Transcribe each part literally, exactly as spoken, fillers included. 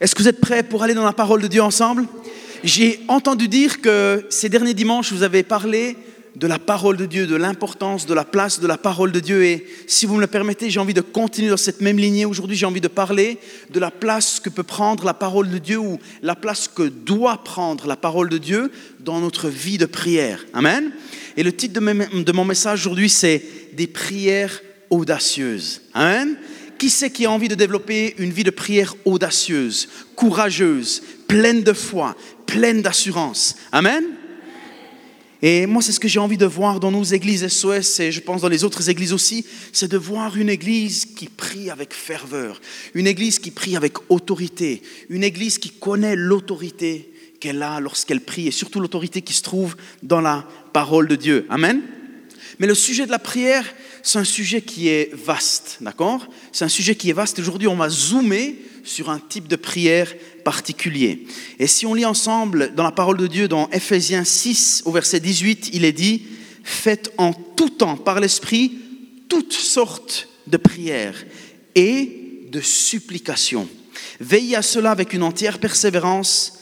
Est-ce que vous êtes prêts pour aller dans la parole de Dieu ensemble? J'ai entendu dire que ces derniers dimanches, vous avez parlé de la parole de Dieu, de l'importance, de la place de la parole de Dieu. Et si vous me le permettez, j'ai envie de continuer dans cette même lignée. Aujourd'hui, j'ai envie de parler de la place que peut prendre la parole de Dieu ou la place que doit prendre la parole de Dieu dans notre vie de prière. Amen. Et le titre de mon message aujourd'hui, c'est « Des prières audacieuses ». Amen. Qui c'est qui a envie de développer une vie de prière audacieuse, courageuse, pleine de foi, pleine d'assurance? Amen. Et moi, c'est ce que j'ai envie de voir dans nos églises S O S et je pense dans les autres églises aussi, c'est de voir une église qui prie avec ferveur, une église qui prie avec autorité, une église qui connaît l'autorité qu'elle a lorsqu'elle prie et surtout l'autorité qui se trouve dans la parole de Dieu. Amen. Mais le sujet de la prière, c'est un sujet qui est vaste, d'accord? C'est un sujet qui est vaste. Aujourd'hui, on va zoomer sur un type de prière particulier. Et si on lit ensemble dans la parole de Dieu, dans Ephésiens six, au verset dix-huit, il est dit « Faites en tout temps, par l'Esprit, toutes sortes de prières et de supplications. Veillez à cela avec une entière persévérance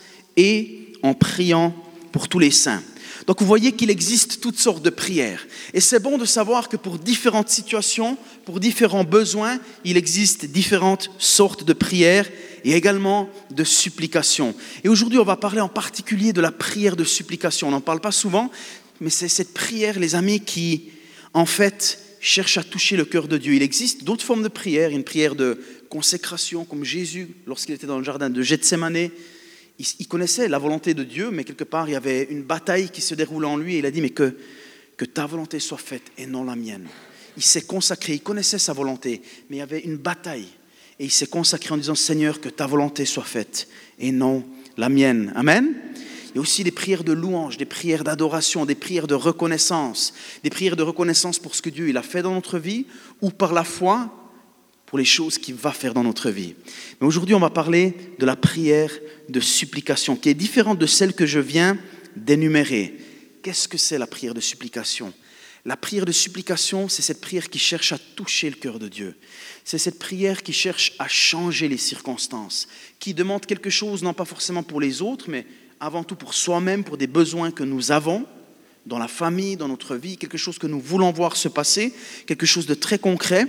et en priant pour tous les saints. » Donc vous voyez qu'il existe toutes sortes de prières. Et c'est bon de savoir que pour différentes situations, pour différents besoins, il existe différentes sortes de prières et également de supplications. Et aujourd'hui, on va parler en particulier de la prière de supplication. On n'en parle pas souvent, mais c'est cette prière, les amis, qui, en fait, cherche à toucher le cœur de Dieu. Il existe d'autres formes de prière, une prière de consécration, comme Jésus, lorsqu'il était dans le jardin de Gethsémanée. Il connaissait la volonté de Dieu, mais quelque part, il y avait une bataille qui se déroulait en lui. Et il a dit, mais que, que ta volonté soit faite et non la mienne. Il s'est consacré, il connaissait sa volonté, mais il y avait une bataille. Et il s'est consacré en disant, Seigneur, que ta volonté soit faite et non la mienne. Amen. Il y a aussi des prières de louange, des prières d'adoration, des prières de reconnaissance. Des prières de reconnaissance pour ce que Dieu il a fait dans notre vie ou par la foi pour les choses qu'il va faire dans notre vie. Mais aujourd'hui, on va parler de la prière de supplication, qui est différente de celle que je viens d'énumérer. Qu'est-ce que c'est la prière de supplication? La prière de supplication, c'est cette prière qui cherche à toucher le cœur de Dieu. C'est cette prière qui cherche à changer les circonstances, qui demande quelque chose, non pas forcément pour les autres, mais avant tout pour soi-même, pour des besoins que nous avons dans la famille, dans notre vie, quelque chose que nous voulons voir se passer, quelque chose de très concret.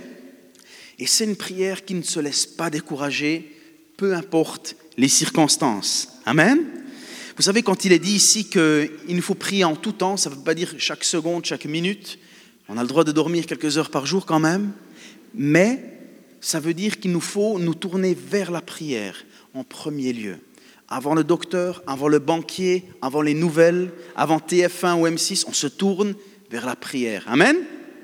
Et c'est une prière qui ne se laisse pas décourager, peu importe les circonstances. Amen. Vous savez, quand il est dit ici qu'il nous faut prier en tout temps, ça ne veut pas dire chaque seconde, chaque minute. On a le droit de dormir quelques heures par jour quand même. Mais ça veut dire qu'il nous faut nous tourner vers la prière en premier lieu. Avant le docteur, avant le banquier, avant les nouvelles, avant T F un ou M six, on se tourne vers la prière. Amen.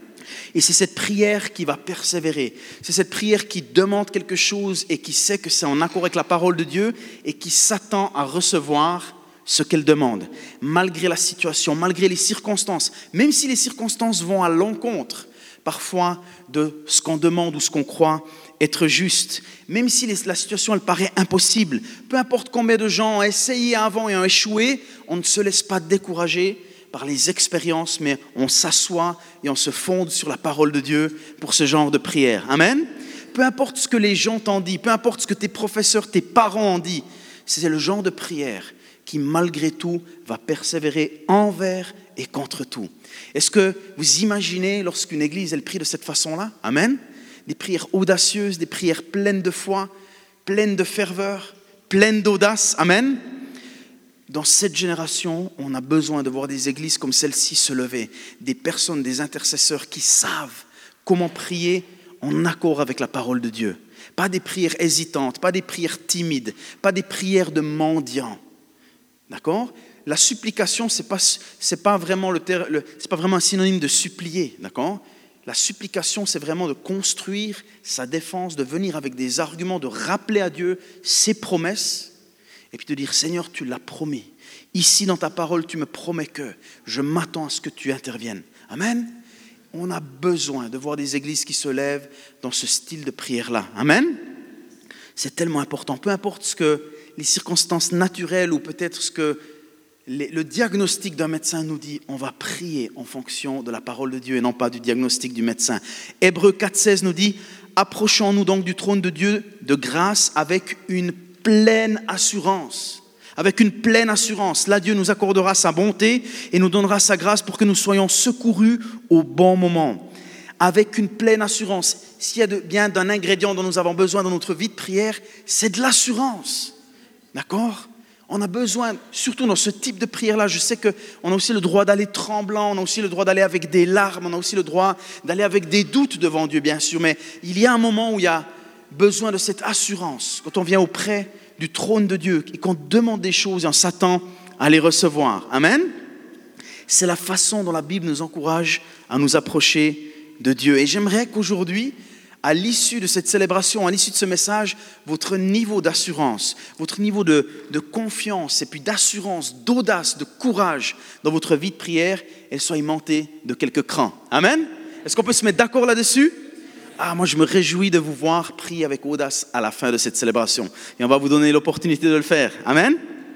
Et c'est cette prière qui va persévérer. C'est cette prière qui demande quelque chose et qui sait que c'est en accord avec la parole de Dieu et qui s'attend à recevoir ce qu'elle demande. Malgré la situation, malgré les circonstances, même si les circonstances vont à l'encontre parfois de ce qu'on demande ou ce qu'on croit être juste, même si la situation elle paraît impossible, peu importe combien de gens ont essayé avant et ont échoué, on ne se laisse pas décourager par les expériences, mais on s'assoit et on se fonde sur la parole de Dieu pour ce genre de prière. Amen. Peu importe ce que les gens t'ont dit, peu importe ce que tes professeurs, tes parents ont dit, c'est le genre de prière qui, malgré tout, va persévérer envers et contre tout. Est-ce que vous imaginez lorsqu'une église, elle prie de cette façon-là? Amen. Des prières audacieuses, des prières pleines de foi, pleines de ferveur, pleines d'audace. Amen. Dans cette génération, on a besoin de voir des églises comme celle-ci se lever, des personnes, des intercesseurs qui savent comment prier en accord avec la parole de Dieu. Pas des prières hésitantes, pas des prières timides, pas des prières de mendiants. D'accord? La supplication, c'est pas, c'est pas vraiment le, ter- le, c'est pas vraiment un synonyme de supplier. D'accord? La supplication, c'est vraiment de construire sa défense, de venir avec des arguments, de rappeler à Dieu ses promesses. Et puis de dire, Seigneur, tu l'as promis. Ici, dans ta parole, tu me promets que je m'attends à ce que tu interviennes. Amen. On a besoin de voir des églises qui se lèvent dans ce style de prière-là. Amen. C'est tellement important. Peu importe ce que les circonstances naturelles ou peut-être ce que les, le diagnostic d'un médecin nous dit, on va prier en fonction de la parole de Dieu et non pas du diagnostic du médecin. Hébreux quatre seize nous dit, approchons-nous donc du trône de Dieu de grâce avec une pleine assurance. Avec une pleine assurance, là Dieu nous accordera sa bonté et nous donnera sa grâce pour que nous soyons secourus au bon moment. Avec une pleine assurance. S'il y a de, bien d'un ingrédient dont nous avons besoin dans notre vie de prière, c'est de l'assurance. D'accord ? On a besoin, surtout dans ce type de prière-là, je sais qu'on a aussi le droit d'aller tremblant, on a aussi le droit d'aller avec des larmes, on a aussi le droit d'aller avec des doutes devant Dieu, bien sûr. Mais il y a un moment où il y a besoin de cette assurance, quand on vient auprès du trône de Dieu et qu'on demande des choses et on s'attend à les recevoir. Amen. C'est la façon dont la Bible nous encourage à nous approcher de Dieu. Et j'aimerais qu'aujourd'hui, à l'issue de cette célébration, à l'issue de ce message, votre niveau d'assurance, votre niveau de, de confiance et puis d'assurance, d'audace, de courage dans votre vie de prière, elle soit aimentée de quelques crans. Amen. Est-ce qu'on peut se mettre d'accord là-dessus ? Ah, moi, je me réjouis de vous voir prier avec audace à la fin de cette célébration. Et on va vous donner l'opportunité de le faire. Amen.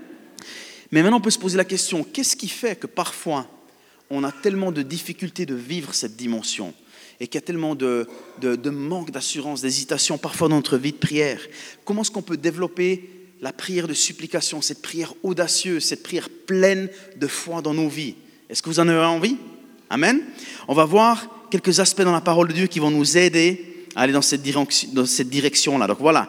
Mais maintenant, on peut se poser la question, qu'est-ce qui fait que parfois, on a tellement de difficultés de vivre cette dimension et qu'il y a tellement de, de, de manque d'assurance, d'hésitation parfois dans notre vie de prière? Comment est-ce qu'on peut développer la prière de supplication, cette prière audacieuse, cette prière pleine de foi dans nos vies? Est-ce que vous en avez envie? Amen. On va voir quelques aspects dans la parole de Dieu qui vont nous aider à aller dans cette direction, dans cette direction-là. Donc voilà,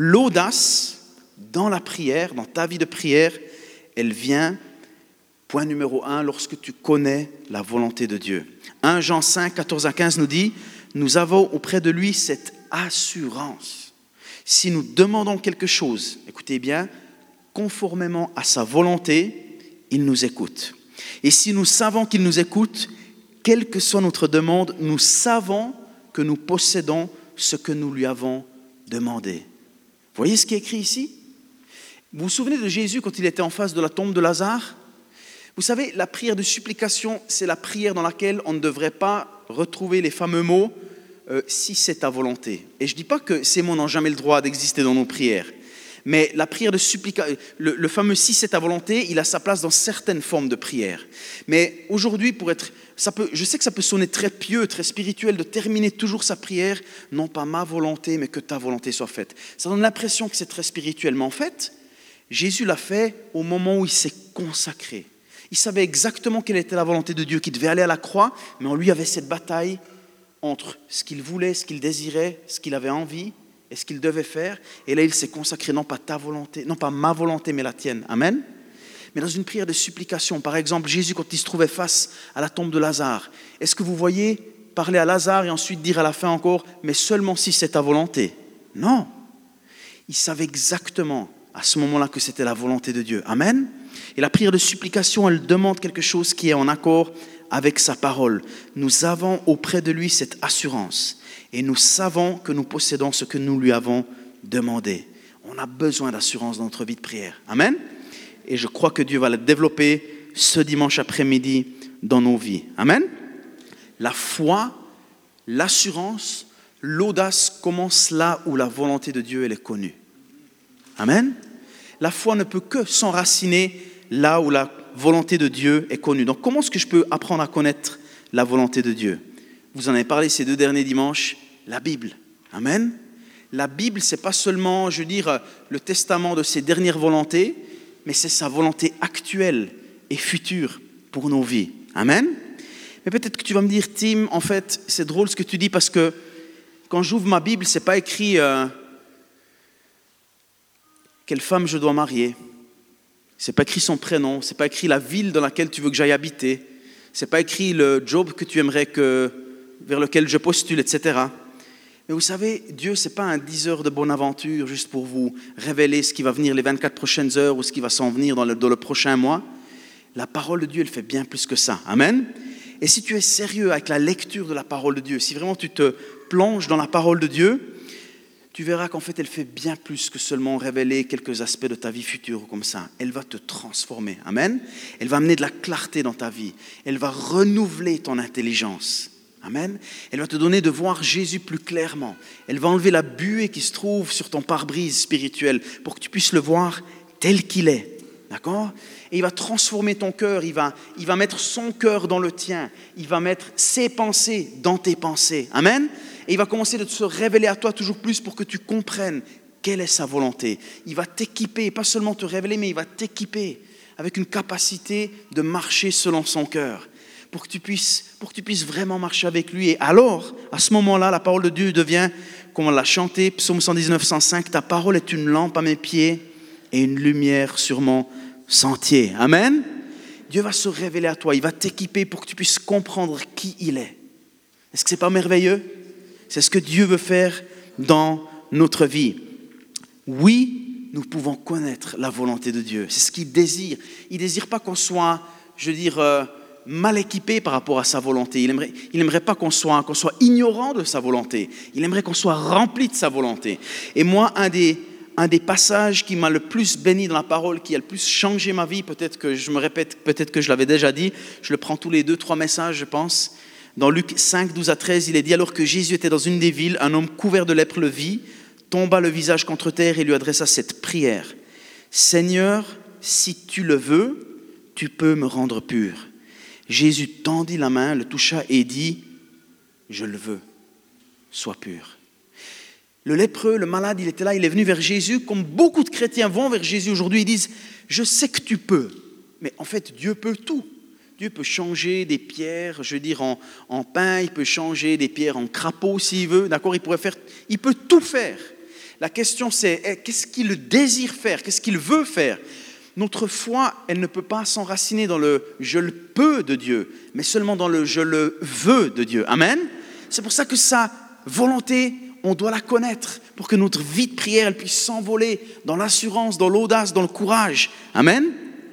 l'audace dans la prière, dans ta vie de prière, elle vient, point numéro un, lorsque tu connais la volonté de Dieu. premier Jean cinq, quatorze à quinze nous dit, nous avons auprès de lui cette assurance. Si nous demandons quelque chose, écoutez bien, conformément à sa volonté, il nous écoute. Et si nous savons qu'il nous écoute, quelle que soit notre demande, nous savons que nous possédons ce que nous lui avons demandé. Vous voyez ce qui est écrit ici? Vous vous souvenez de Jésus quand il était en face de la tombe de Lazare? Vous savez, la prière de supplication, c'est la prière dans laquelle on ne devrait pas retrouver les fameux mots euh, « si c'est ta volonté ». Et je ne dis pas que ces mots n'ont jamais le droit d'exister dans nos prières. Mais la prière de supplication, le, le fameux « si c'est ta volonté », il a sa place dans certaines formes de prière. Mais aujourd'hui, pour être, ça peut, je sais que ça peut sonner très pieux, très spirituel, de terminer toujours sa prière, non pas ma volonté, mais que ta volonté soit faite. Ça donne l'impression que c'est très spirituel. Mais en fait, Jésus l'a fait au moment où il s'est consacré. Il savait exactement quelle était la volonté de Dieu, qu'il devait aller à la croix, mais en lui avait cette bataille entre ce qu'il voulait, ce qu'il désirait, ce qu'il avait envie, et ce qu'il devait faire. Et là, il s'est consacré, non pas ta volonté, non pas ma volonté, mais la tienne. Amen. Mais dans une prière de supplication, par exemple, Jésus, quand il se trouvait face à la tombe de Lazare, est-ce que vous voyez parler à Lazare et ensuite dire à la fin encore, mais seulement si c'est ta volonté? Non. Il savait exactement à ce moment-là que c'était la volonté de Dieu. Amen. Et la prière de supplication, elle demande quelque chose qui est en accord avec sa parole. Nous avons auprès de lui cette assurance. Et nous savons que nous possédons ce que nous lui avons demandé. On a besoin d'assurance dans notre vie de prière. Amen. Et je crois que Dieu va la développer ce dimanche après-midi dans nos vies. Amen. La foi, l'assurance, l'audace commence là où la volonté de Dieu elle est connue. Amen. La foi ne peut que s'enraciner là où la volonté de Dieu est connue. Donc comment est-ce que je peux apprendre à connaître la volonté de Dieu? Vous en avez parlé ces deux derniers dimanches, la Bible. Amen. La Bible, ce n'est pas seulement, je veux dire, le testament de ses dernières volontés, mais c'est sa volonté actuelle et future pour nos vies. Amen. Mais peut-être que tu vas me dire, Tim, en fait, c'est drôle ce que tu dis parce que quand j'ouvre ma Bible, ce n'est pas écrit euh, quelle femme je dois marier. Ce n'est pas écrit son prénom, ce n'est pas écrit la ville dans laquelle tu veux que j'aille habiter. Ce n'est pas écrit le job que tu aimerais que... vers lequel je postule, et cetera. Mais vous savez, Dieu, ce n'est pas un dix heures de bonne aventure juste pour vous révéler ce qui va venir les vingt-quatre prochaines heures ou ce qui va s'en venir dans le, dans le prochain mois. La parole de Dieu, elle fait bien plus que ça. Amen. Et si tu es sérieux avec la lecture de la parole de Dieu, si vraiment tu te plonges dans la parole de Dieu, tu verras qu'en fait, elle fait bien plus que seulement révéler quelques aspects de ta vie future comme ça. Elle va te transformer. Amen. Elle va amener de la clarté dans ta vie. Elle va renouveler ton intelligence. Amen. Elle va te donner de voir Jésus plus clairement. Elle va enlever la buée qui se trouve sur ton pare-brise spirituel pour que tu puisses le voir tel qu'il est. D'accord? Et il va transformer ton cœur. Il va, il va mettre son cœur dans le tien. Il va mettre ses pensées dans tes pensées. Amen. Et il va commencer de se révéler à toi toujours plus pour que tu comprennes quelle est sa volonté. Il va t'équiper, pas seulement te révéler, mais il va t'équiper avec une capacité de marcher selon son cœur, pour que tu puisses, pour que tu puisses vraiment marcher avec lui. Et alors, à ce moment-là, la parole de Dieu devient, comme on l'a chanté, Psaume cent dix-neuf, cent cinq, ta parole est une lampe à mes pieds et une lumière sur mon sentier. Amen. Dieu va se révéler à toi, il va t'équiper pour que tu puisses comprendre qui il est. Est-ce que ce n'est pas merveilleux? C'est ce que Dieu veut faire dans notre vie. Oui, nous pouvons connaître la volonté de Dieu. C'est ce qu'il désire. Il ne désire pas qu'on soit, je veux dire, euh, mal équipé par rapport à sa volonté. Il n'aimerait il aimerait pas qu'on soit, qu'on soit ignorant de sa volonté. Il aimerait qu'on soit rempli de sa volonté. Et moi, un des, un des passages qui m'a le plus béni dans la parole, qui a le plus changé ma vie, peut-être que je me répète, peut-être que je l'avais déjà dit, je le prends tous les deux, trois messages, je pense. Dans Luc cinq, douze à treize, il est dit, alors que Jésus était dans une des villes, un homme couvert de lèpre le vit, tomba le visage contre terre et lui adressa cette prière. Seigneur, si tu le veux, tu peux me rendre pur. Jésus tendit la main, le toucha et dit, je le veux, sois pur. Le lépreux, le malade, il était là, il est venu vers Jésus, comme beaucoup de chrétiens vont vers Jésus aujourd'hui, ils disent, je sais que tu peux, mais en fait Dieu peut tout. Dieu peut changer des pierres, je veux dire, en, en pain, il peut changer des pierres en crapaud s'il veut, d'accord, il pourrait faire, il peut tout faire. La question c'est, qu'est-ce qu'il désire faire, qu'est-ce qu'il veut faire? Notre foi, elle ne peut pas s'enraciner dans le « je le peux » de Dieu, mais seulement dans le « je le veux » de Dieu. Amen. C'est pour ça que sa volonté, on doit la connaître pour que notre vie de prière, elle puisse s'envoler dans l'assurance, dans l'audace, dans le courage. Amen.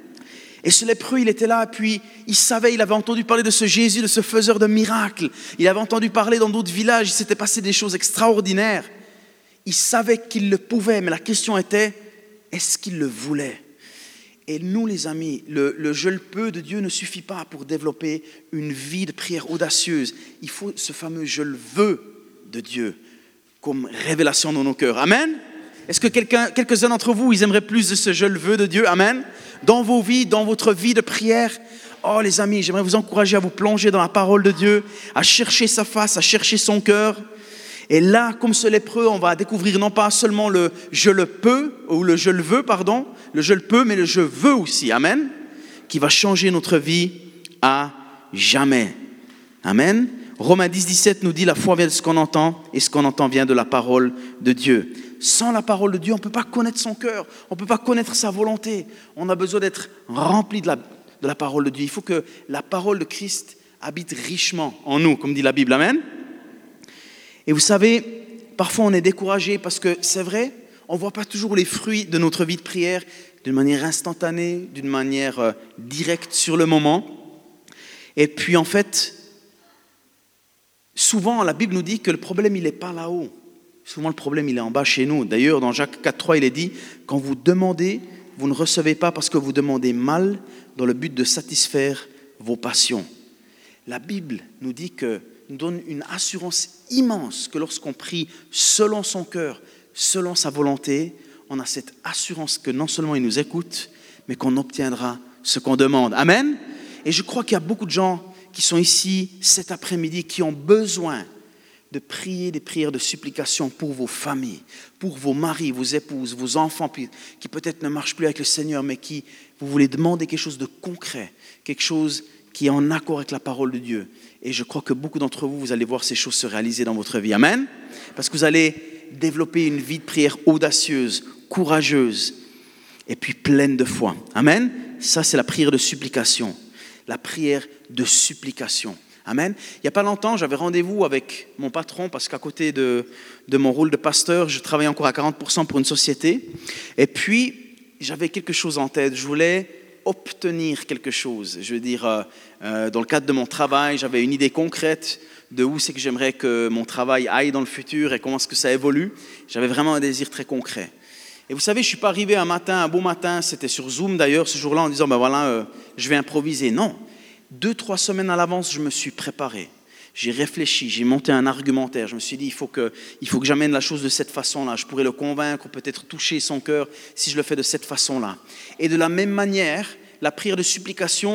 Et ce lépreux, il était là, puis il savait, il avait entendu parler de ce Jésus, de ce faiseur de miracles. Il avait entendu parler dans d'autres villages, il s'était passé des choses extraordinaires. Il savait qu'il le pouvait, mais la question était, est-ce qu'il le voulait? Et nous, les amis, le, le « je le peux » de Dieu ne suffit pas pour développer une vie de prière audacieuse. Il faut ce fameux « je le veux » de Dieu comme révélation dans nos cœurs. Amen. Est-ce que quelqu'un, quelques-uns d'entre vous, ils aimeraient plus de ce « je le veux » de Dieu? Amen. Dans vos vies, dans votre vie de prière. Oh les amis, j'aimerais vous encourager à vous plonger dans la parole de Dieu, à chercher sa face, à chercher son cœur. Et là, comme ce lépreux, on va découvrir non pas seulement le « je le peux » ou le « je le veux », pardon, le « je le peux », mais le « je veux » aussi, amen, qui va changer notre vie à jamais. Amen. Romains dix, dix-sept nous dit « La foi vient de ce qu'on entend, et ce qu'on entend vient de la parole de Dieu. » Sans la parole de Dieu, on ne peut pas connaître son cœur, on ne peut pas connaître sa volonté. On a besoin d'être rempli de la, de la parole de Dieu. Il faut que la parole de Christ habite richement en nous, comme dit la Bible. Amen. Et vous savez, parfois on est découragé parce que c'est vrai, on ne voit pas toujours les fruits de notre vie de prière d'une manière instantanée, d'une manière euh, directe sur le moment. Et puis en fait, souvent la Bible nous dit que le problème il n'est pas là-haut. Souvent le problème il est en bas chez nous. D'ailleurs dans Jacques quatre, trois il est dit, quand vous demandez, vous ne recevez pas parce que vous demandez mal dans le but de satisfaire vos passions. La Bible nous dit que nous donne une assurance immense que lorsqu'on prie selon son cœur, selon sa volonté, on a cette assurance que non seulement il nous écoute, mais qu'on obtiendra ce qu'on demande. Amen. Et je crois qu'il y a beaucoup de gens qui sont ici cet après-midi qui ont besoin de prier des prières de supplication pour vos familles, pour vos maris, vos épouses, vos enfants qui peut-être ne marchent plus avec le Seigneur, mais qui vous voulez demander quelque chose de concret, quelque chose qui est en accord avec la parole de Dieu. Et je crois que beaucoup d'entre vous, vous allez voir ces choses se réaliser dans votre vie. Amen. Parce que vous allez développer une vie de prière audacieuse, courageuse et puis pleine de foi. Amen. Ça, c'est la prière de supplication. La prière de supplication. Amen. Il n'y a pas longtemps, j'avais rendez-vous avec mon patron parce qu'à côté de, de mon rôle de pasteur, je travaillais encore à quarante pour cent pour une société. Et puis, j'avais quelque chose en tête. Je voulais obtenir quelque chose. Je veux dire, euh, euh, dans le cadre de mon travail, j'avais une idée concrète de où c'est que j'aimerais que mon travail aille dans le futur et comment est-ce que ça évolue. J'avais vraiment un désir très concret. Et vous savez, je ne suis pas arrivé un matin, un beau matin, c'était sur Zoom d'ailleurs, ce jour-là, en disant, ben voilà, euh, je vais improviser. Non, deux, trois semaines à l'avance, je me suis préparé. J'ai réfléchi, j'ai monté un argumentaire. Je me suis dit, il faut que, il faut que j'amène la chose de cette façon-là. Je pourrais le convaincre, peut-être toucher son cœur si je le fais de cette façon-là. Et de la même manière, la prière de supplication,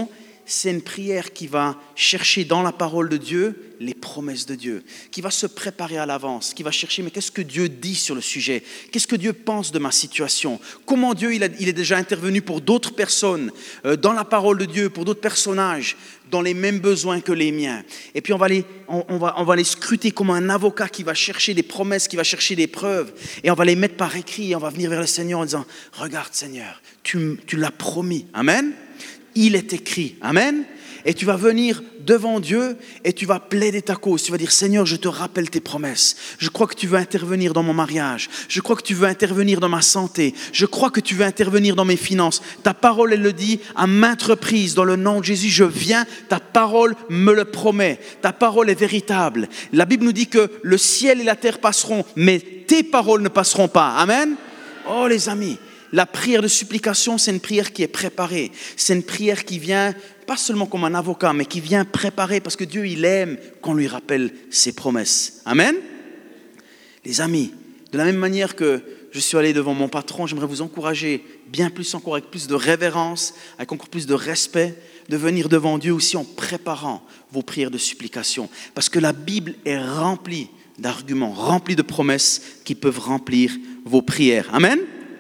c'est une prière qui va chercher dans la parole de Dieu les promesses de Dieu, qui va se préparer à l'avance, qui va chercher mais qu'est-ce que Dieu dit sur le sujet, qu'est-ce que Dieu pense de ma situation, comment Dieu il, a, il est déjà intervenu pour d'autres personnes, euh, dans la parole de Dieu, pour d'autres personnages, dans les mêmes besoins que les miens. Et puis on va, les, on, on, va, on va les scruter comme un avocat qui va chercher des promesses, qui va chercher des preuves, et on va les mettre par écrit, et on va venir vers le Seigneur en disant, regarde Seigneur, tu, tu l'as promis, amen. Il est écrit, amen. Et tu vas venir devant Dieu et tu vas plaider ta cause. Tu vas dire, Seigneur, je te rappelle tes promesses. Je crois que tu veux intervenir dans mon mariage. Je crois que tu veux intervenir dans ma santé. Je crois que tu veux intervenir dans mes finances. Ta parole, elle le dit à maintes reprises. Dans le nom de Jésus, je viens. Ta parole me le promet. Ta parole est véritable. La Bible nous dit que le ciel et la terre passeront, mais tes paroles ne passeront pas. Amen. Oh les amis. La prière de supplication, c'est une prière qui est préparée. C'est une prière qui vient, pas seulement comme un avocat, mais qui vient préparer parce que Dieu, il aime qu'on lui rappelle ses promesses. Amen. Les amis, de la même manière que je suis allé devant mon patron, j'aimerais vous encourager bien plus encore, avec plus de révérence, avec encore plus de respect, de venir devant Dieu aussi en préparant vos prières de supplication. Parce que la Bible est remplie d'arguments, remplie de promesses qui peuvent remplir vos prières. Amen.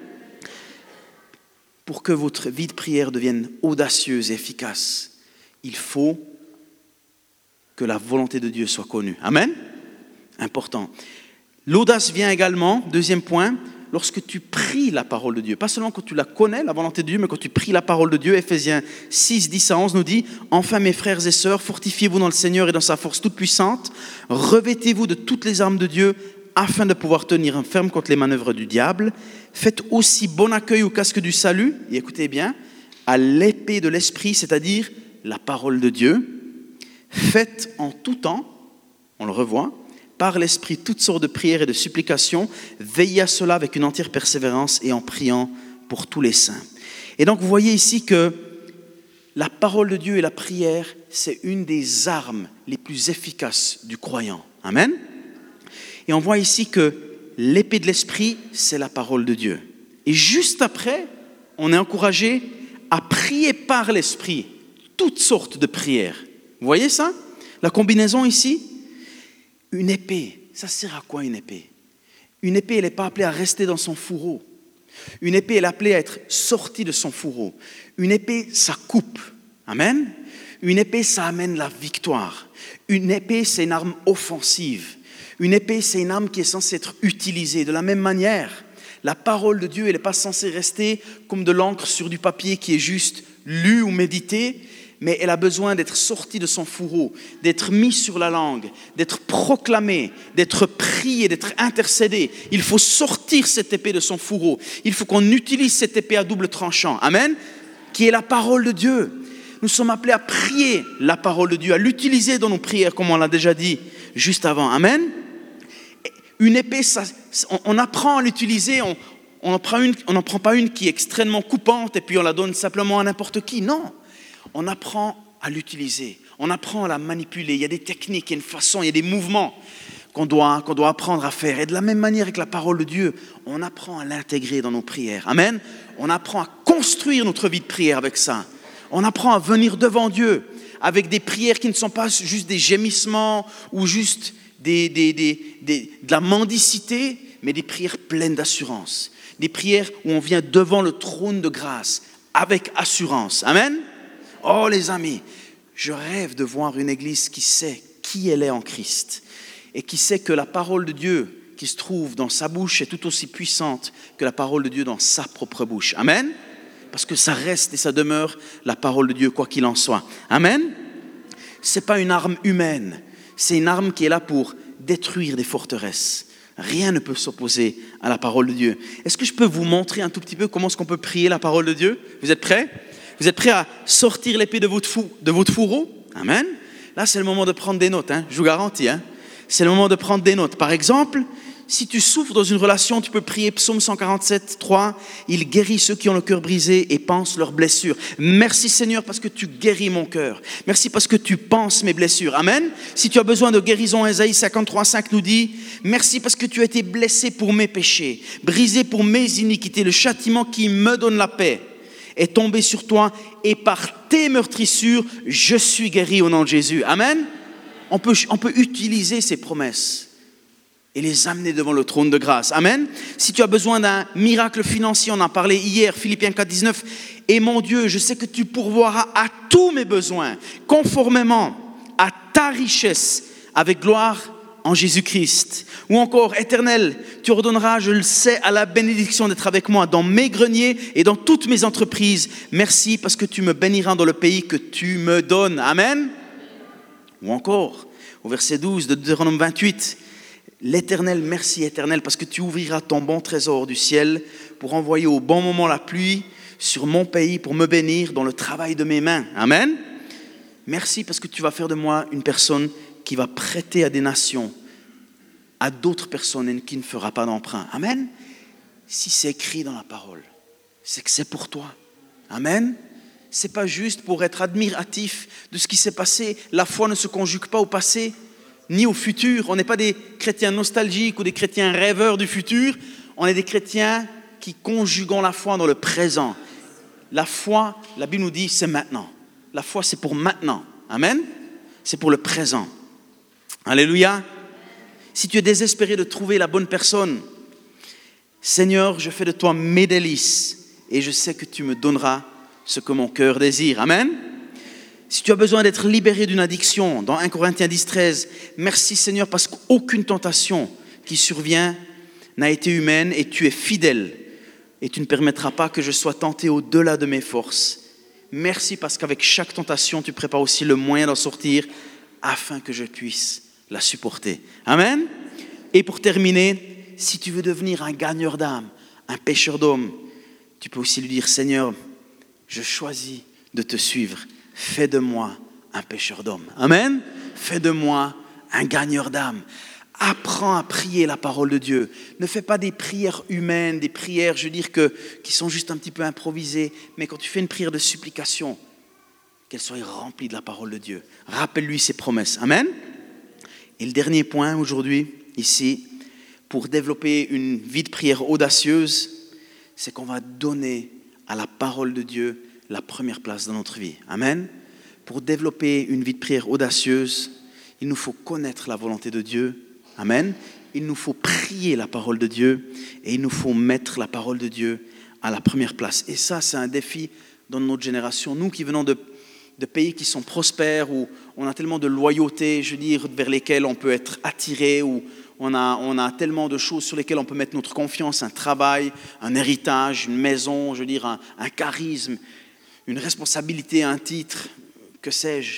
Pour que votre vie de prière devienne audacieuse et efficace, il faut que la volonté de Dieu soit connue. Amen. Important. L'audace vient également, deuxième point, lorsque tu pries la parole de Dieu. Pas seulement quand tu la connais, la volonté de Dieu, mais quand tu pries la parole de Dieu. Éphésiens six, dix à onze nous dit « Enfin, mes frères et sœurs, fortifiez-vous dans le Seigneur et dans sa force toute puissante. Revêtez-vous de toutes les armes de Dieu afin de pouvoir tenir ferme contre les manœuvres du diable. Faites aussi bon accueil au casque du salut, et écoutez bien, à l'épée de l'esprit, c'est-à-dire la parole de Dieu. Faites en tout temps, on le revoit, par l'esprit toutes sortes de prières et de supplications. Veillez à cela avec une entière persévérance et en priant pour tous les saints. » Et donc vous voyez ici que la parole de Dieu et la prière, c'est une des armes les plus efficaces du croyant. Amen. Et on voit ici que l'épée de l'esprit, c'est la parole de Dieu. Et juste après, on est encouragé à prier par l'esprit toutes sortes de prières. Vous voyez ça? La combinaison ici? Une épée, ça sert à quoi une épée? Une épée, elle n'est pas appelée à rester dans son fourreau. Une épée, elle est appelée à être sortie de son fourreau. Une épée, ça coupe. Amen. Une épée, ça amène la victoire. Une épée, c'est une arme offensive. Une épée, c'est une arme qui est censée être utilisée. De la même manière, la parole de Dieu, elle n'est pas censée rester comme de l'encre sur du papier qui est juste lu ou médité, mais elle a besoin d'être sortie de son fourreau, d'être mise sur la langue, d'être proclamée, d'être priée, d'être intercédée. Il faut sortir cette épée de son fourreau. Il faut qu'on utilise cette épée à double tranchant. Amen. Qui est la parole de Dieu. Nous sommes appelés à prier la parole de Dieu, à l'utiliser dans nos prières, comme on l'a déjà dit juste avant. Amen. Une épée, ça, on, on apprend à l'utiliser, on n'en prend, prend pas une qui est extrêmement coupante et puis on la donne simplement à n'importe qui. Non, on apprend à l'utiliser, on apprend à la manipuler. Il y a des techniques, il y a une façon, il y a des mouvements qu'on doit, qu'on doit apprendre à faire. Et de la même manière avec la parole de Dieu, on apprend à l'intégrer dans nos prières. Amen. On apprend à construire notre vie de prière avec ça. On apprend à venir devant Dieu avec des prières qui ne sont pas juste des gémissements ou juste Des, des, des, des, de la mendicité, mais des prières pleines d'assurance. Des prières où on vient devant le trône de grâce avec assurance. Amen. Oh les amis, je rêve de voir une église qui sait qui elle est en Christ et qui sait que la parole de Dieu qui se trouve dans sa bouche est tout aussi puissante que la parole de Dieu dans sa propre bouche. Amen. Parce que ça reste et ça demeure la parole de Dieu, quoi qu'il en soit. Amen. Ce n'est pas une arme humaine. C'est une arme qui est là pour détruire des forteresses. Rien ne peut s'opposer à la parole de Dieu. Est-ce que je peux vous montrer un tout petit peu comment est-ce qu'on peut prier la parole de Dieu? Vous êtes prêts? Vous êtes prêts à sortir l'épée de votre, fou, de votre fourreau? Amen. Là, c'est le moment de prendre des notes. Hein. Je vous garantis. Hein. C'est le moment de prendre des notes. Par exemple, si tu souffres dans une relation, tu peux prier Psaume cent quarante-sept, trois. Il guérit ceux qui ont le cœur brisé et pensent leurs blessures. Merci Seigneur parce que tu guéris mon cœur. Merci parce que tu penses mes blessures. Amen. Si tu as besoin de guérison, Ésaïe cinquante-trois, cinq nous dit « Merci parce que tu as été blessé pour mes péchés, brisé pour mes iniquités, le châtiment qui me donne la paix est tombée sur toi et par tes meurtrissures, je suis guéri au nom de Jésus. Amen. On peut, on peut utiliser ces promesses et les amener devant le trône de grâce. Amen. Si tu as besoin d'un miracle financier, on en parlait hier, Philippiens quatre, dix-neuf. Et mon Dieu, je sais que tu pourvoiras à tous mes besoins, conformément à ta richesse, avec gloire en Jésus-Christ. Ou encore, Éternel, tu ordonneras, je le sais, à la bénédiction d'être avec moi dans mes greniers et dans toutes mes entreprises. Merci parce que tu me béniras dans le pays que tu me donnes. Amen. Ou encore, au verset douze de Deutéronome vingt-huit, l'Éternel, merci Éternel, parce que tu ouvriras ton bon trésor du ciel pour envoyer au bon moment la pluie sur mon pays, pour me bénir dans le travail de mes mains. Amen. Merci parce que tu vas faire de moi une personne qui va prêter à des nations, à d'autres personnes et qui ne fera pas d'emprunt. Amen. Si c'est écrit dans la parole, c'est que c'est pour toi. Amen. C'est pas juste pour être admiratif de ce qui s'est passé. La foi ne se conjugue pas au passé, ni au futur. On n'est pas des chrétiens nostalgiques ou des chrétiens rêveurs du futur. On est des chrétiens qui conjuguons la foi dans le présent. La foi, la Bible nous dit, c'est maintenant. La foi, c'est pour maintenant. Amen. C'est pour le présent. Alléluia. Si tu es désespéré de trouver la bonne personne, Seigneur, je fais de toi mes délices et je sais que tu me donneras ce que mon cœur désire. Amen. Si tu as besoin d'être libéré d'une addiction, dans un Corinthiens dix, treize, merci Seigneur parce qu'aucune tentation qui survient n'a été humaine et tu es fidèle et tu ne permettras pas que je sois tenté au-delà de mes forces. Merci parce qu'avec chaque tentation, tu prépares aussi le moyen d'en sortir afin que je puisse la supporter. Amen. Et pour terminer, si tu veux devenir un gagneur d'âme, un pêcheur d'hommes, tu peux aussi lui dire, Seigneur, je choisis de te suivre. Fais de moi un pêcheur d'hommes. Amen. Fais de moi un gagneur d'âme. Apprends à prier la parole de Dieu. Ne fais pas des prières humaines, des prières, je veux dire, que, qui sont juste un petit peu improvisées. Mais quand tu fais une prière de supplication, qu'elle soit remplie de la parole de Dieu. Rappelle-lui ses promesses. Amen. Et le dernier point aujourd'hui, ici, pour développer une vie de prière audacieuse, c'est qu'on va donner à la parole de Dieu la première place dans notre vie. Amen. Pour développer une vie de prière audacieuse, il nous faut connaître la volonté de Dieu. Amen. Il nous faut prier la parole de Dieu et il nous faut mettre la parole de Dieu à la première place. Et ça, c'est un défi dans notre génération. Nous qui venons de, de pays qui sont prospères, où on a tellement de loyauté, je veux dire, vers lesquelles on peut être attiré, où on a, on a tellement de choses sur lesquelles on peut mettre notre confiance, un travail, un héritage, une maison, je veux dire, un, un charisme, une responsabilité, un titre, que sais-je.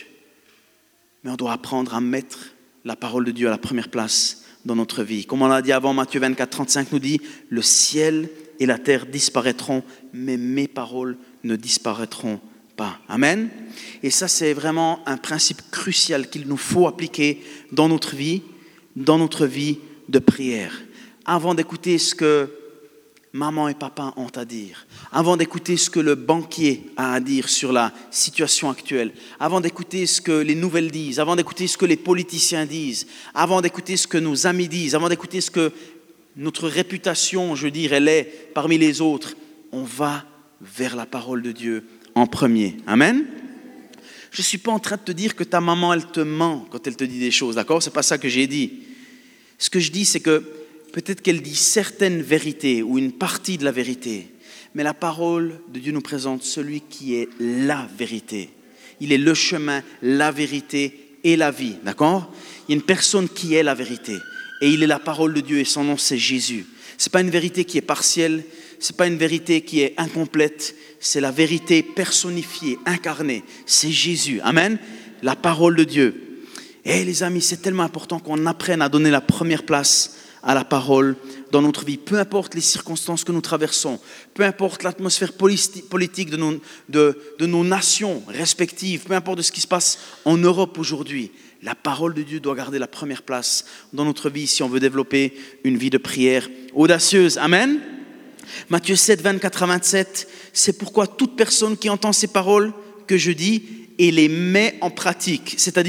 Mais on doit apprendre à mettre la parole de Dieu à la première place dans notre vie. Comme on l'a dit avant, Matthieu vingt-quatre, trente-cinq nous dit « Le ciel et la terre disparaîtront, mais mes paroles ne disparaîtront pas. » Amen. Et ça, c'est vraiment un principe crucial qu'il nous faut appliquer dans notre vie, dans notre vie de prière. Avant d'écouter ce que maman et papa ont à dire, avant d'écouter ce que le banquier a à dire sur la situation actuelle, avant d'écouter ce que les nouvelles disent, avant d'écouter ce que les politiciens disent, avant d'écouter ce que nos amis disent, avant d'écouter ce que notre réputation, je veux dire, elle est parmi les autres, on va vers la parole de Dieu en premier. Amen. Je ne suis pas en train de te dire que ta maman, elle te ment quand elle te dit des choses, d'accord ? Ce n'est pas ça que j'ai dit. Ce que je dis, c'est que peut-être qu'elle dit certaines vérités ou une partie de la vérité, mais la parole de Dieu nous présente celui qui est la vérité. Il est le chemin, la vérité et la vie, d'accord ? Il y a une personne qui est la vérité et il est la parole de Dieu et son nom c'est Jésus. Ce n'est pas une vérité qui est partielle, ce n'est pas une vérité qui est incomplète, c'est la vérité personnifiée, incarnée, c'est Jésus. Amen. La parole de Dieu. Et les amis, c'est tellement important qu'on apprenne à donner la première place à la parole dans notre vie, peu importe les circonstances que nous traversons, peu importe l'atmosphère politique de nos, de, de nos nations respectives, peu importe de ce qui se passe en Europe aujourd'hui, la parole de Dieu doit garder la première place dans notre vie si on veut développer une vie de prière audacieuse. Amen. Matthieu sept, vingt-quatre à vingt-sept, c'est pourquoi toute personne qui entend ces paroles que je dis et les met en pratique, c'est-à-dire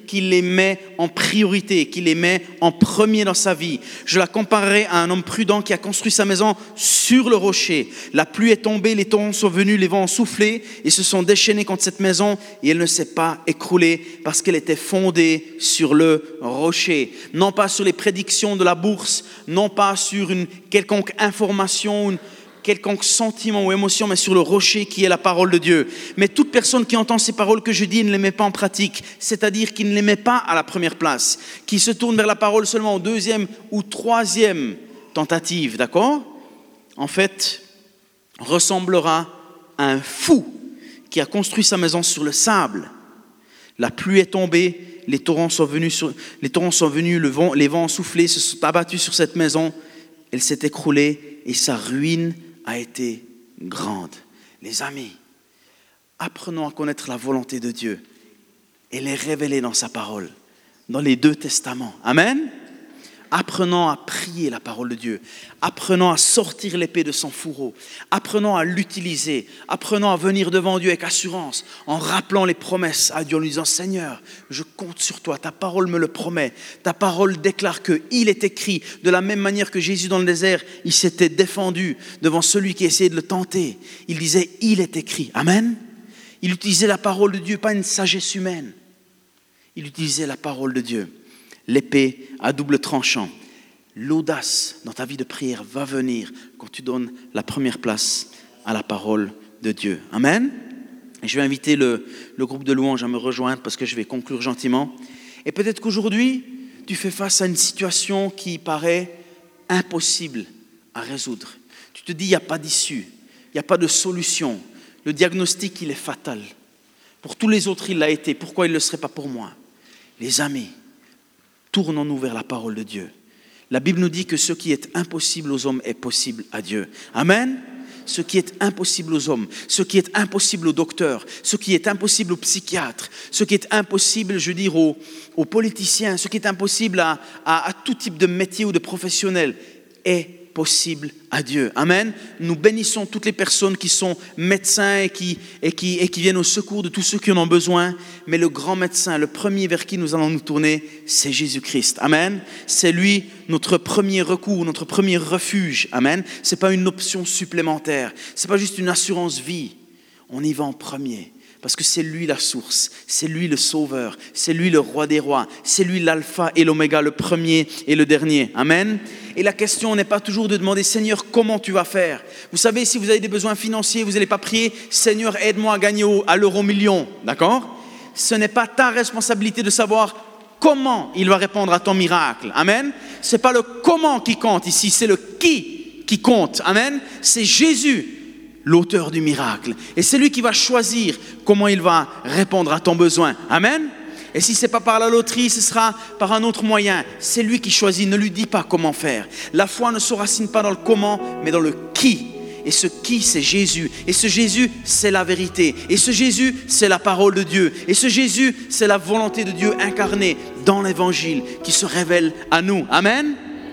qu'il les met en priorité, qu'il les met en premier dans sa vie. Je la comparerai à un homme prudent qui a construit sa maison sur le rocher. La pluie est tombée, les torrents sont venus, les vents ont soufflé et se sont déchaînés contre cette maison et elle ne s'est pas écroulée parce qu'elle était fondée sur le rocher. Non pas sur les prédictions de la bourse, non pas sur une quelconque information, une quelconque sentiment ou émotion, mais sur le rocher qui est la parole de Dieu. Mais toute personne qui entend ces paroles que je dis ne les met pas en pratique, c'est-à-dire qui ne les met pas à la première place, qui se tourne vers la parole seulement au deuxième ou troisième tentative, d'accord ? En fait, ressemblera à un fou qui a construit sa maison sur le sable. La pluie est tombée, les torrents sont venus, sur, les, torrents sont venus le vent, les vents ont soufflé, se sont abattus sur cette maison, elle s'est écroulée et sa ruine a été grande. Les amis, apprenons à connaître la volonté de Dieu. Elle est révélée dans sa parole, dans les deux testaments. Amen. Apprenons à prier la parole de Dieu. Apprenons à sortir l'épée de son fourreau. Apprenons à l'utiliser. Apprenons à venir devant Dieu avec assurance, en rappelant les promesses à Dieu, en lui disant « Seigneur, je compte sur toi, ta parole me le promet. Ta parole déclare qu'il est écrit. » De la même manière que Jésus dans le désert, il s'était défendu devant celui qui essayait de le tenter. Il disait « Il est écrit. » Amen. Il utilisait la parole de Dieu, pas une sagesse humaine. Il utilisait la parole de Dieu. L'épée à double tranchant. L'audace dans ta vie de prière va venir quand tu donnes la première place à la parole de Dieu. Amen. Et je vais inviter le, le groupe de louanges à me rejoindre parce que je vais conclure gentiment. Et peut-être qu'aujourd'hui, tu fais face à une situation qui paraît impossible à résoudre. Tu te dis, il n'y a pas d'issue, il n'y a pas de solution. Le diagnostic, il est fatal. Pour tous les autres, il l'a été. Pourquoi il ne le serait pas pour moi ? Les amis, tournons-nous vers la parole de Dieu. La Bible nous dit que ce qui est impossible aux hommes est possible à Dieu. Amen. Ce qui est impossible aux hommes, ce qui est impossible aux docteurs, ce qui est impossible aux psychiatres, ce qui est impossible, je veux dire, aux, aux politiciens, ce qui est impossible à, à, à tout type de métier ou de professionnel est possible à Dieu. Amen. Nous bénissons toutes les personnes qui sont médecins et qui, et, qui, et qui viennent au secours de tous ceux qui en ont besoin. Mais le grand médecin, le premier vers qui nous allons nous tourner, c'est Jésus-Christ. Amen. C'est lui notre premier recours, notre premier refuge. Amen. Ce n'est pas une option supplémentaire. Ce n'est pas juste une assurance vie. On y va en premier. Parce que c'est lui la source, c'est lui le sauveur, c'est lui le roi des rois, c'est lui l'alpha et l'oméga, le premier et le dernier. Amen. Et la question n'est pas toujours de demander « Seigneur, comment tu vas faire ?» Vous savez, si vous avez des besoins financiers, vous n'allez pas prier « Seigneur, aide-moi à gagner au, à l'euro million ». D'accord ? Ce n'est pas ta responsabilité de savoir comment il va répondre à ton miracle. Amen. Ce n'est pas le comment qui compte ici, c'est le qui qui compte. Amen. C'est Jésus, l'auteur du miracle. Et c'est lui qui va choisir comment il va répondre à ton besoin. Amen. Et si ce n'est pas par la loterie, ce sera par un autre moyen. C'est lui qui choisit, ne lui dis pas comment faire. La foi ne se racine pas dans le comment, mais dans le qui. Et ce qui, c'est Jésus. Et ce Jésus, c'est la vérité. Et ce Jésus, c'est la parole de Dieu. Et ce Jésus, c'est la volonté de Dieu incarnée dans l'Évangile qui se révèle à nous. Amen.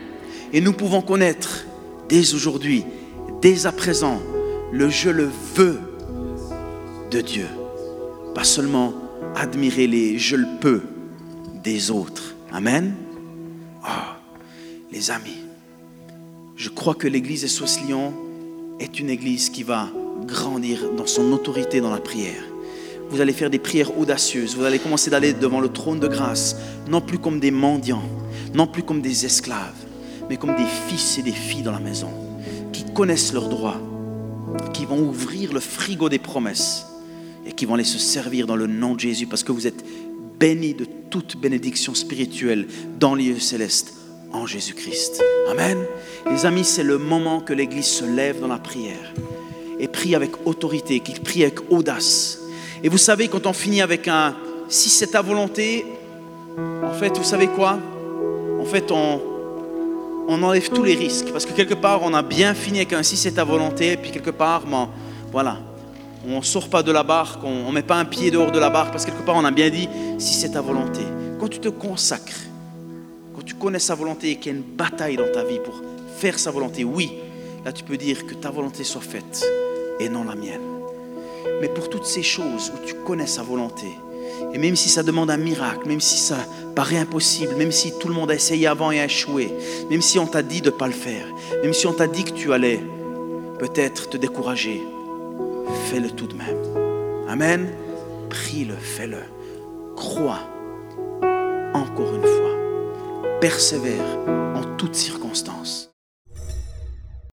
Et nous pouvons connaître dès aujourd'hui, dès à présent, le « je le veux » de Dieu. Pas seulement admirer les « je le peux » des autres. Amen. Oh, les amis, je crois que l'église de Soisselion est une église qui va grandir dans son autorité dans la prière. Vous allez faire des prières audacieuses. Vous allez commencer d'aller devant le trône de grâce, non plus comme des mendiants, non plus comme des esclaves, mais comme des fils et des filles dans la maison, qui connaissent leurs droits, qui vont ouvrir le frigo des promesses et qui vont aller se servir dans le nom de Jésus parce que vous êtes bénis de toute bénédiction spirituelle dans les lieux célestes en Jésus-Christ. Amen. Les amis, c'est le moment que l'Église se lève dans la prière et prie avec autorité, qu'il prie avec audace. Et vous savez, quand on finit avec un « si c'est ta volonté », en fait, vous savez quoi ? En fait, on... on enlève tous les risques parce que quelque part on a bien fini avec un si c'est ta volonté et puis quelque part bon, voilà, on ne sort pas de la barque, on ne met pas un pied dehors de la barque parce que quelque part on a bien dit si c'est ta volonté. Quand tu te consacres, quand tu connais sa volonté et qu'il y a une bataille dans ta vie pour faire sa volonté, oui, là tu peux dire que ta volonté soit faite et non la mienne. Mais pour toutes ces choses où tu connais sa volonté, Et même si ça demande un miracle, même si ça paraît impossible, même si tout le monde a essayé avant et a échoué, même si on t'a dit de ne pas le faire, même si on t'a dit que tu allais peut-être te décourager, fais-le tout de même. Amen. Prie-le, fais-le. Crois encore une fois. Persévère en toutes circonstances.